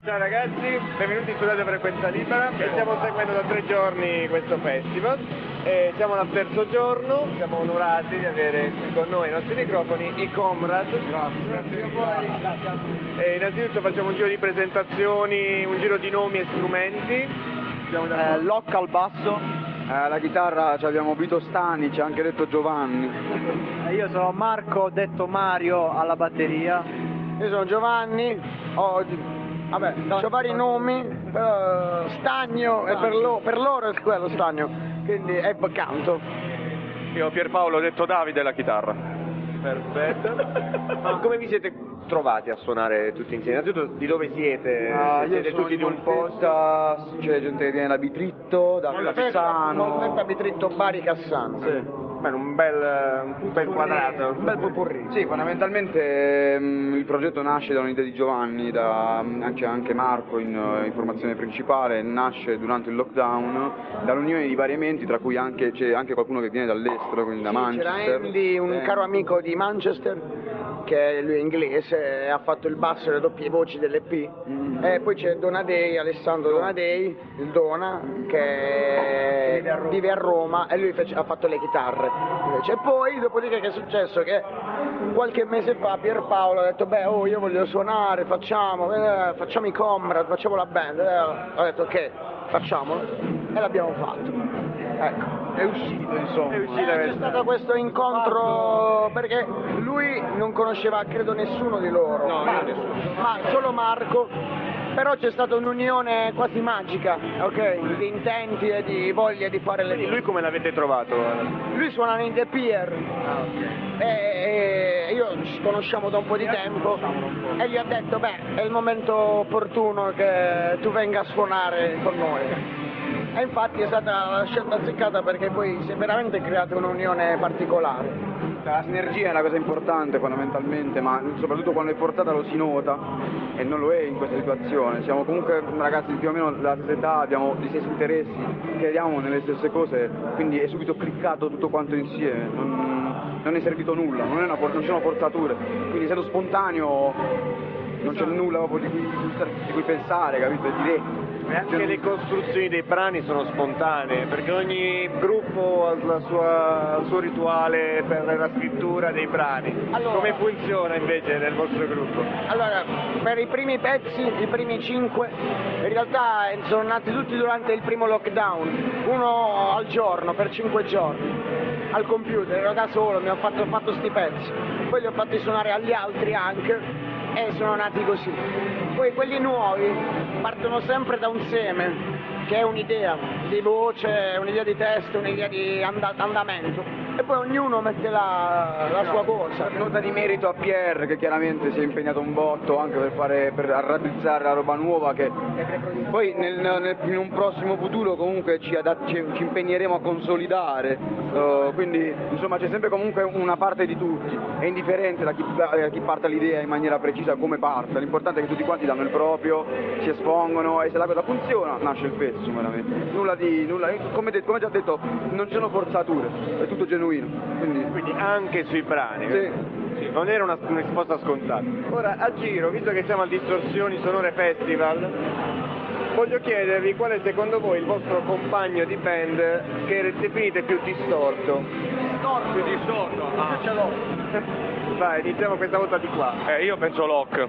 Ciao ragazzi, benvenuti su Radio Frequenza Libera. Stiamo seguendo da 3 giorni questo festival e siamo al terzo giorno, siamo onorati di avere qui con noi ai nostri microfoni i Comrade. Grazie a voi. E innanzitutto facciamo un giro di presentazioni, un giro di nomi e strumenti. Locke al basso. La chitarra abbiamo Vito Stani, c'è anche detto Giovanni. Io sono Marco, detto Mario, alla batteria. Io sono Giovanni, vabbè, ho vari nomi, però Stagno è per loro è quello Stagno, quindi è canto. Io Pierpaolo, detto Davide, la chitarra. Perfetto. Ma come vi siete trovati a suonare tutti insieme? Innanzitutto di dove siete? Siete tutti di un posto? C'è gente che viene da Bitritto, da Cassano. Da Bitritto, Bari, Cassano. Sì. Bene, un bel quadrato, un bel popurrí. Sì, fondamentalmente il progetto nasce da un'idea di Giovanni, c'è anche Marco in formazione principale, nasce durante il lockdown, dall'unione di vari elementi, tra cui c'è anche qualcuno che viene dall'estero, quindi da Manchester. C'era Andy, un caro amico di Manchester, che lui è inglese, ha fatto il basso e le doppie voci dell'EP. E poi c'è Donadei, Alessandro Donadei, il Dona, che vive a Roma e lui ha fatto le chitarre. Invece. E poi, dopodiché, che è successo? Che qualche mese fa Pierpaolo ha detto, io voglio suonare, facciamo i Comrade, facciamo la band. Ho detto, ok, facciamolo. E l'abbiamo fatto. Ecco. È uscito, insomma. C'è stato questo incontro perché lui non conosceva, credo, nessuno di loro. No, nessuno. Ma solo Marco. Però c'è stata un'unione quasi magica, ok? Di intenti e di voglia di fare le Quindi cose. lui come l'avete trovato? Lui suona in The Pier. E io ci conosciamo da un po' di tempo e gli ho detto, è il momento opportuno che tu venga a suonare con noi. E infatti è stata la scelta azzeccata perché poi si è veramente creata un'unione particolare. La sinergia è una cosa importante fondamentalmente, ma soprattutto quando è portata lo si nota e non lo è in questa situazione. Siamo comunque ragazzi di più o meno della stessa età, abbiamo gli stessi interessi, crediamo nelle stesse cose, quindi è subito cliccato tutto quanto insieme, non è servito nulla, non ci sono forzature, quindi essendo spontaneo non c'è nulla proprio di cui pensare, capito? È diretto. E anche le costruzioni dei brani sono spontanee, perché ogni gruppo ha il suo rituale per la scrittura dei brani. Allora, come funziona invece nel vostro gruppo? Allora, per i primi pezzi, i primi 5, in realtà sono nati tutti durante il primo lockdown, uno al giorno, per 5 giorni, al computer, ero da solo, ho fatto sti pezzi, poi li ho fatti suonare agli altri anche e sono nati così. Poi quelli nuovi partono sempre da un seme, che è un'idea di voce, un'idea di testo, un'idea di andamento, e poi ognuno mette la sua cosa. Nota di merito a Pierre, che chiaramente si è impegnato un botto anche per raddrizzare la roba nuova, che poi in un prossimo futuro comunque ci impegneremo a consolidare, quindi insomma c'è sempre comunque una parte di tutti, è indifferente da chi parta l'idea in maniera precisa come parta, l'importante è che tutti quanti danno il proprio, si espongono, e se la cosa funziona nasce il pezzo veramente. Nulla, come già detto, non ci sono forzature, è tutto genuino. Quindi anche sui brani. Sì. Non era una risposta scontata. Ora a giro, visto che siamo al Distorsioni Sonore Festival, voglio chiedervi qual è secondo voi il vostro compagno di band che definite più distorto. Più distorto. Ce l'ho. Vai, iniziamo questa volta di qua. Io penso Locke.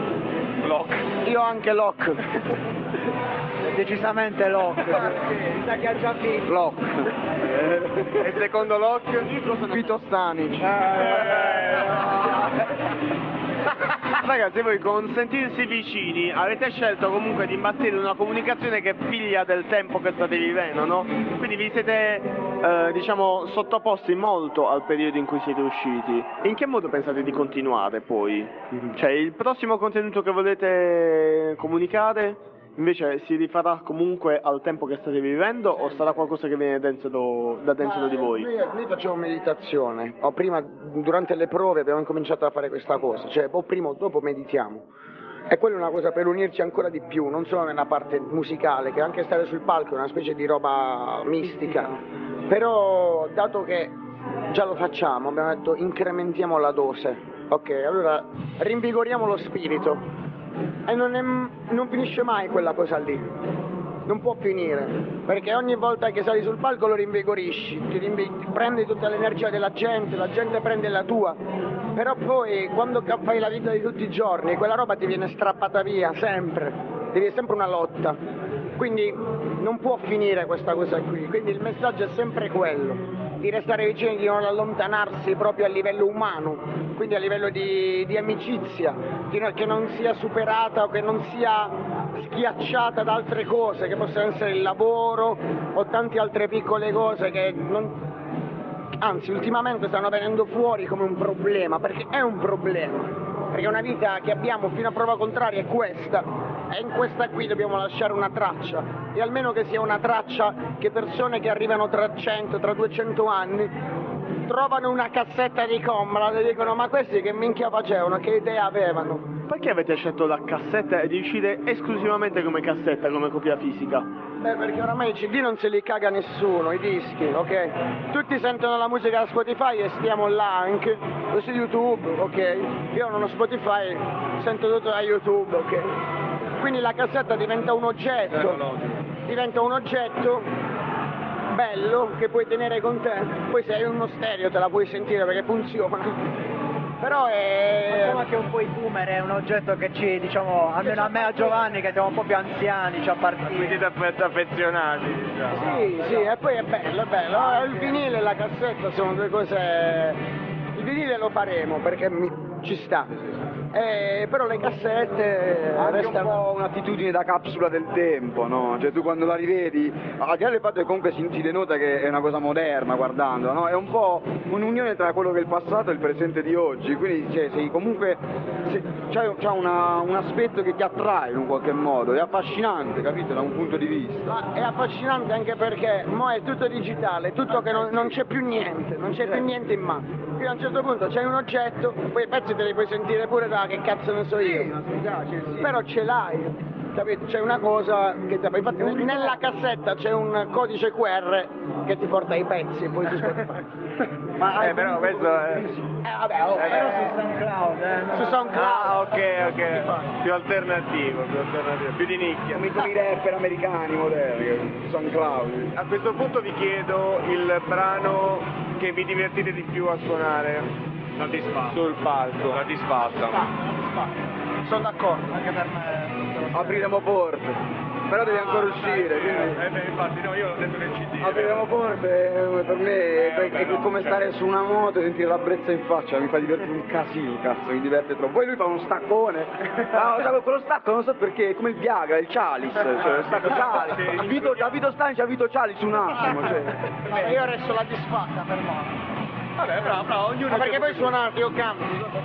Io anche Locke. Decisamente Locke. Mi sa che ha già vinto. Locke. E secondo Locke? Vito Stani. Ragazzi, voi con sentirsi vicini avete scelto comunque di imbastire una comunicazione che è figlia del tempo che state vivendo, no? Quindi vi siete, sottoposti molto al periodo in cui siete usciti. In che modo pensate di continuare poi? Cioè, il prossimo contenuto che volete comunicare invece si rifarà comunque al tempo che state vivendo o sarà qualcosa che viene da dentro di voi? Noi facciamo meditazione, prima durante le prove abbiamo cominciato a fare questa cosa, cioè o prima o dopo meditiamo. E quella è una cosa per unirci ancora di più, non solo nella parte musicale, che anche stare sul palco è una specie di roba mistica. Però dato che già lo facciamo, abbiamo detto incrementiamo la dose, ok? Allora rinvigoriamo lo spirito e non finisce mai quella cosa lì. Non può finire, perché ogni volta che sali sul palco lo rinvigorisci, ti prendi tutta l'energia della gente, la gente prende la tua, però poi quando fai la vita di tutti i giorni quella roba ti viene strappata via, sempre, devi sempre una lotta, quindi non può finire questa cosa qui, quindi il messaggio è sempre quello, di restare vicini, di non allontanarsi proprio a livello umano, quindi a livello di amicizia, che non sia superata o che non sia schiacciata da altre cose, che possono essere il lavoro o tante altre piccole cose che anzi ultimamente stanno venendo fuori come un problema, perché è un problema, perché una vita che abbiamo fino a prova contraria è questa, e in questa qui dobbiamo lasciare una traccia, e almeno che sia una traccia che persone che arrivano tra 100, tra 200 anni trovano una cassetta di Comrade e dicono: ma questi che minchia facevano, che idea avevano? Perché avete scelto la cassetta e di uscire esclusivamente come cassetta, come copia fisica? Beh, perché oramai i CD non se li caga nessuno, i dischi, ok? Tutti sentono la musica da Spotify e stiamo là anche, o su YouTube, ok? Io non ho Spotify, sento tutto da YouTube, ok? Quindi la cassetta diventa un oggetto bello che puoi tenere con te, poi se hai uno stereo te la puoi sentire perché funziona. Però Insomma che un po' i boomer è un oggetto che ci, diciamo, almeno a me e a Giovanni che siamo un po' più anziani, ci appartiene. Quindi affezionati, diciamo. Sì, e poi è bello. Il vinile e la cassetta sono due cose. Il vinile lo faremo perché ci sta. Però le cassette anche un po' un'attitudine da capsula del tempo, no? Cioè tu quando la rivedi, al di là del fatto che comunque si denota che è una cosa moderna guardando, no? È un po' un'unione tra quello che è il passato e il presente di oggi, quindi sei comunque c'ha un aspetto che ti attrae in un qualche modo, è affascinante, capito? Da un punto di vista. Ma è affascinante anche perché mo è tutto digitale, tutto che non c'è più niente, non c'è più niente in mano. Quindi a un certo punto c'è un oggetto, poi i pezzi te li puoi sentire pure da che cazzo ne so io, però ce l'hai, capito? C'è una cosa che infatti nella cassetta c'è un codice QR che ti porta i pezzi, poi su Spotify. Ma però questo è... Però su SoundCloud, Su SoundCloud. Ah, ok, più alternativo, più di nicchia. Come i rapper americani moderni, SoundCloud. A questo punto vi chiedo il brano che vi divertite di più a suonare sul palco. Soddisfatta. Sono d'accordo. anche per me. Apriremo porte. Però devi ancora uscire, quindi Infatti no, io l'ho detto nel CD. apriremo porte, per me è come stare su una moto e sentire la brezza in faccia, mi fa divertire un casino, cazzo, mi diverte troppo. Poi lui fa uno staccone, quello stacco non so perché, è come il Viagra, il Chalice, cioè lo stacco Chalice, Vito Stanci ha Vito Chalice un attimo, cioè. Io resto la disfatta per me. Vabbè, bravo, ognuno... Ma perché poi suonate, io canto.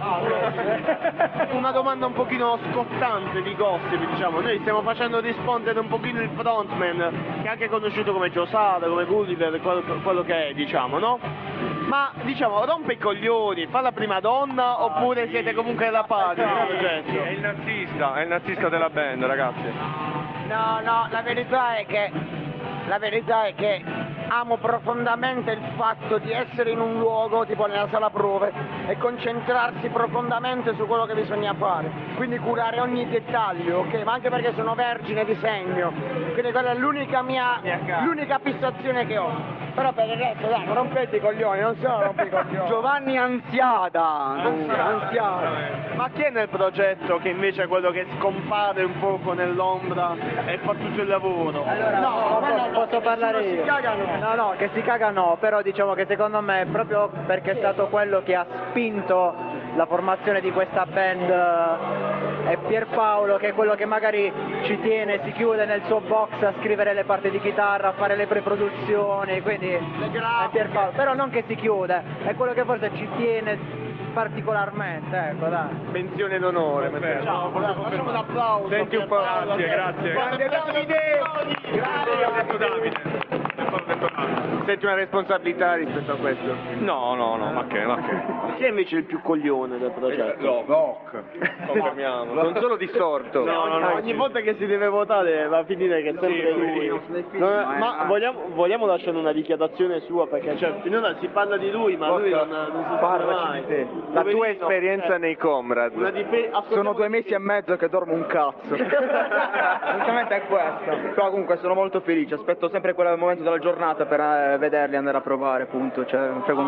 Una domanda un pochino scottante di gossip, diciamo. Noi stiamo facendo rispondere un pochino il frontman, che è anche conosciuto come Giosada, come Gulliver, quello che è, diciamo, no? Ma, diciamo, rompe i coglioni, fa la prima donna oppure siete comunque alla pari del progetto? È il nazista della band, ragazzi. No, la verità è che amo profondamente il fatto di essere in un luogo, tipo nella sala prove, e concentrarsi profondamente su quello che bisogna fare, quindi curare ogni dettaglio, ok? Ma anche perché sono vergine di segno, quindi quella è l'unica fissazione che ho. Però per il resto, dai, non rompete i coglioni, non sono rompi i coglioni. Giovanni Anziada. Ma chi è nel progetto che invece è quello che scompare un poco nell'ombra e fa tutto il lavoro? Allora, posso parlare io? Si cagano. No, che si cagano, però diciamo che secondo me proprio perché è stato quello che ha spinto la formazione di questa band è Pierpaolo, che è quello che magari ci tiene, si chiude nel suo box a scrivere le parti di chitarra, a fare le preproduzioni, quindi è Pierpaolo, però non che si chiude, è quello che forse ci tiene particolarmente, ecco dai. Menzione d'onore. Ciao, Facciamo un applauso. Senti un po', grazie. Grande Davide! Grazie. Davide. senti una responsabilità rispetto a questo? No, ma che? Chi è invece il più coglione del progetto? Locke. Confermiamo. Non solo distorto. Ogni volta che si deve votare va a finire che è sempre lui. Ma vogliamo lasciare una dichiarazione sua, perché cioè, finora si parla di lui, ma lui non si parla mai. te. La tua esperienza nei Comrade. Sono 2 mesi e mezzo che dormo un cazzo. Esattamente è questo. Però comunque sono molto felice, aspetto sempre quel momento della giornata per vederli, andare a provare, appunto, cioè non frego un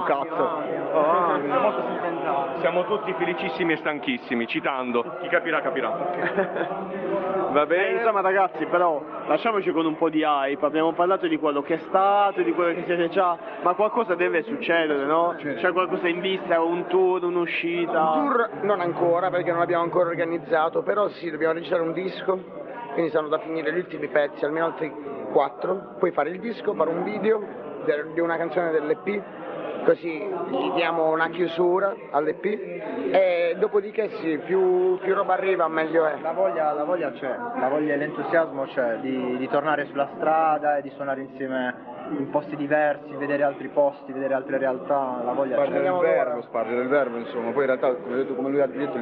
cazzo. Siamo tutti felicissimi e stanchissimi, citando. Chi capirà, capirà. Va bene, insomma ragazzi, però lasciamoci con un po' di hype, abbiamo parlato di quello che è stato, di quello che siete già, ma qualcosa deve succedere, no? C'è qualcosa in vista, un tour, un'uscita? Un tour non ancora, perché non l'abbiamo ancora organizzato, però sì, dobbiamo registrare un disco, quindi sono da finire gli ultimi pezzi, almeno altri 4, poi fare il disco, fare un video di una canzone dell'EP, così gli diamo una chiusura all'EP e dopodiché sì, più roba arriva meglio è. La voglia c'è, la voglia e l'entusiasmo c'è di tornare sulla strada e di suonare insieme in posti diversi, vedere altri posti, vedere altre realtà, la voglia c'è. Spargere il verbo, insomma, poi in realtà come lui ha detto il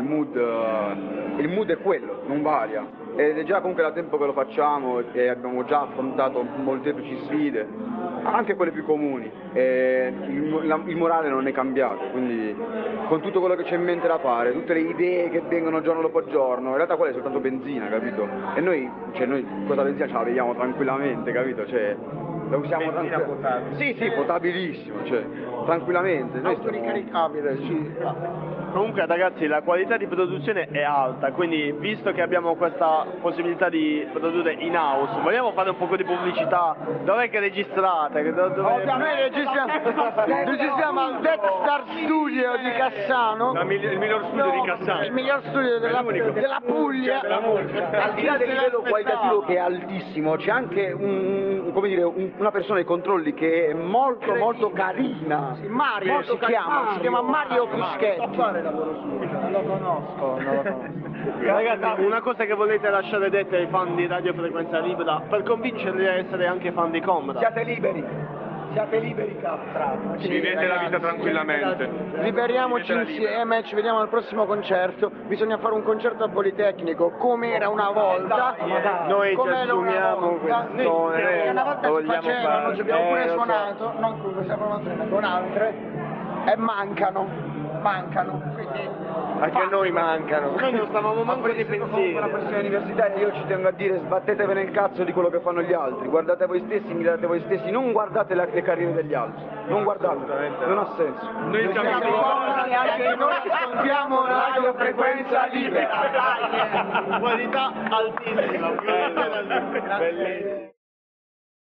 mood è quello, non varia. Ed è già comunque da tempo che lo facciamo e abbiamo già affrontato molteplici sfide, anche quelle più comuni, e il morale non è cambiato, quindi con tutto quello che c'è in mente da fare, tutte le idee che vengono giorno dopo giorno, in realtà quella è soltanto benzina, capito? E noi questa benzina ce la vediamo tranquillamente, capito? Cioè, la usiamo tranquillamente. Sì, potabilissimo, cioè, tranquillamente. Autoricaricabile, sì. Comunque ragazzi, la qualità di produzione è alta, quindi visto che abbiamo questa possibilità di produrre in house, vogliamo fare un po' di pubblicità? Dov'è che registrate? Noi registriamo al Death Star Studio di Cassano, Il miglior studio di Cassano. il miglior studio della Puglia. Al di là del livello qualitativo che è altissimo, c'è anche una persona ai controlli che è molto carina. Mario si chiama Mario Fischetti. Non lo conosco. Ragazzi, una cosa che volete lasciare detta ai fan di Radio Frequenza Libera per convincerli a essere anche fan di Comrade? Siate liberi, cazzo. Vivete la vita tranquillamente. Liberiamoci insieme, ci vediamo al prossimo concerto. Bisogna fare un concerto al Politecnico, come era una volta. Noi ci assumiamo questo, una volta si vogliamo facevano, fare. ci abbiamo pure Lo so. suonato, non con questa formazione, ma con altre, e mancano. Quindi Anche a noi mancano. Noi non stavamo manco di Una pensiero. questione universitaria, io ci tengo a dire, sbattetevene il cazzo di quello che fanno gli altri, guardate voi stessi, mirate voi stessi, non guardate le carriere degli altri, non guardate, non ha senso. Noi siamo anche noi ascoltiamo Radio Frequenza Libera. Qualità altissima. Bellissima.